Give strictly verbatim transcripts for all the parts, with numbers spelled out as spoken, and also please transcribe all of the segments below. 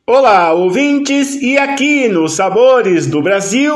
Olá, ouvintes, e aqui nos Sabores do Brasil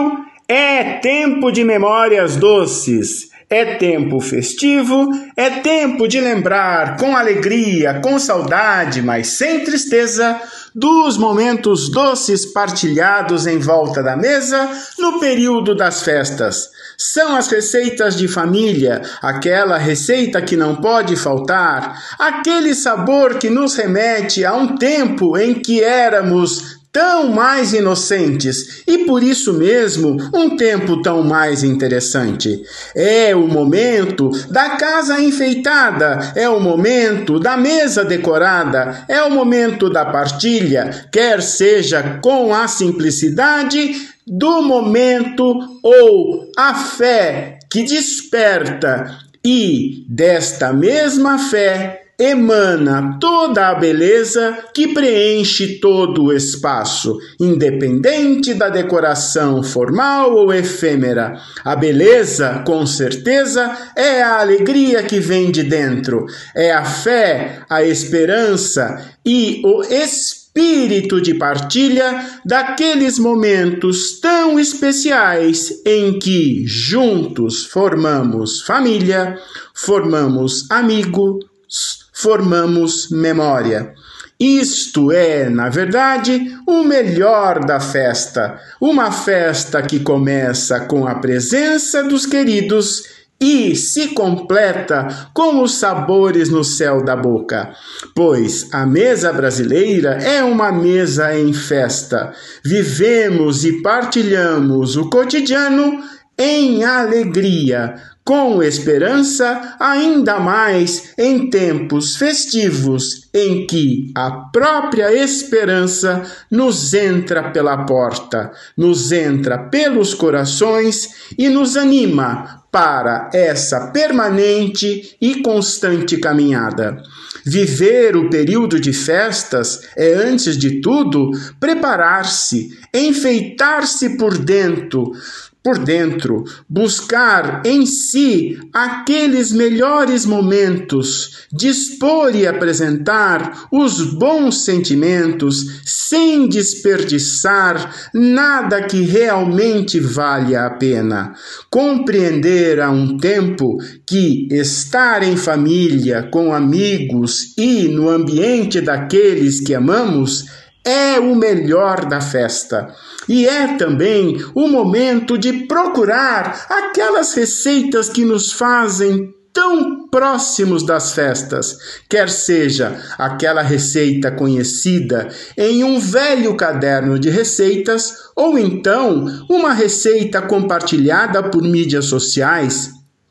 é tempo de memórias doces, é tempo festivo, é tempo de lembrar com alegria, com saudade, mas sem tristeza, dos momentos doces partilhados em volta da mesa no período das festas. São as receitas de família, aquela receita que não pode faltar, aquele sabor que nos remete a um tempo em que éramos tão mais inocentes e por isso mesmo um tempo tão mais interessante. É o momento da casa enfeitada, é o momento da mesa decorada, é o momento da partilha, quer seja com a simplicidade do momento ou a fé que desperta, e desta mesma fé emana toda a beleza que preenche todo o espaço, independente da decoração formal ou efêmera. A beleza, com certeza, é a alegria que vem de dentro, é a fé, a esperança e o espírito de partilha daqueles momentos tão especiais em que juntos formamos família, formamos amigos, formamos memória. Isto é, na verdade, o melhor da festa. Uma festa que começa com a presença dos queridos e se completa com os sabores no céu da boca. Pois a mesa brasileira é uma mesa em festa. Vivemos e partilhamos o cotidiano em alegria, com esperança, ainda mais em tempos festivos em que a própria esperança nos entra pela porta, nos entra pelos corações e nos anima para essa permanente e constante caminhada. Viver o período de festas é, antes de tudo, preparar-se, enfeitar-se por dentro, Por dentro, buscar em si aqueles melhores momentos, dispor e apresentar os bons sentimentos, sem desperdiçar nada que realmente valha a pena. Compreender a um tempo que estar em família, com amigos e no ambiente daqueles que amamos é o melhor da festa. E é também o momento de procurar aquelas receitas que nos fazem tão próximos das festas, quer seja aquela receita conhecida em um velho caderno de receitas, ou então uma receita compartilhada por mídias sociais,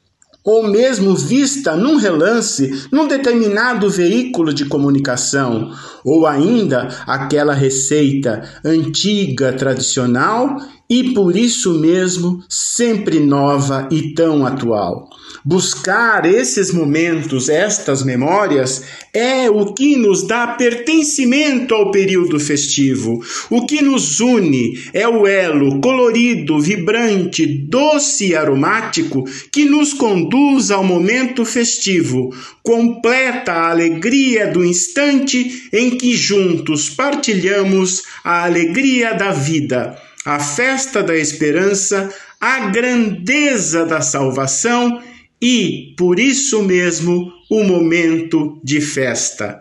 ou mesmo vista num relance num determinado veículo de comunicação, ou ainda aquela receita antiga, tradicional e por isso mesmo sempre nova e tão atual. Buscar esses momentos, estas memórias, é o que nos dá pertencimento ao período festivo. O que nos une é o elo colorido, vibrante, doce e aromático que nos conduz ao momento festivo, completa a alegria do instante em que juntos partilhamos a alegria da vida, a festa da esperança, a grandeza da salvação e, por isso mesmo, o momento de festa.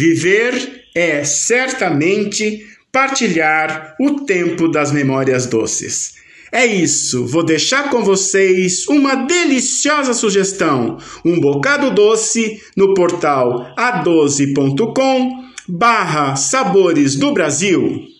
Viver é, certamente, partilhar o tempo das memórias doces. É isso, vou deixar com vocês uma deliciosa sugestão, um bocado doce no portal a doze ponto com barra Sabores do Brasil.